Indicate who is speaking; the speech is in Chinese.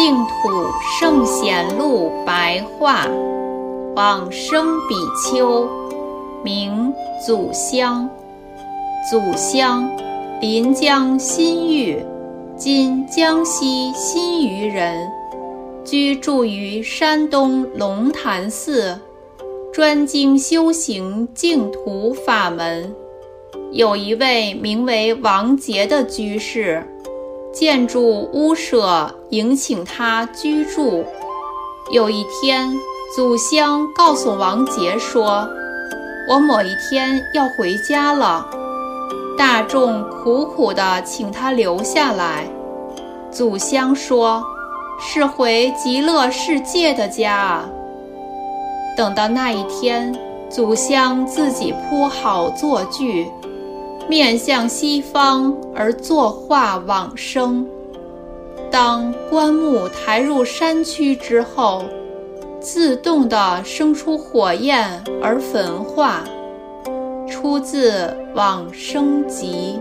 Speaker 1: 净土圣贤录白话，往生比丘，名祖香。祖香，临江新域（今江西新余人），居住于山东龙潭寺，专精修行净土法门。有一位名为王杰的居士，建筑屋舍迎请他居住。有一天，祖香告诉王杰说：“我某一天要回家了。”大众苦苦地请他留下来。祖香说：“是回极乐世界的家啊。”等到那一天，祖香自己铺好坐具，面向西方而作画往生。当棺木抬入山区之后，自动地生出火焰而焚化。出自《往生集》。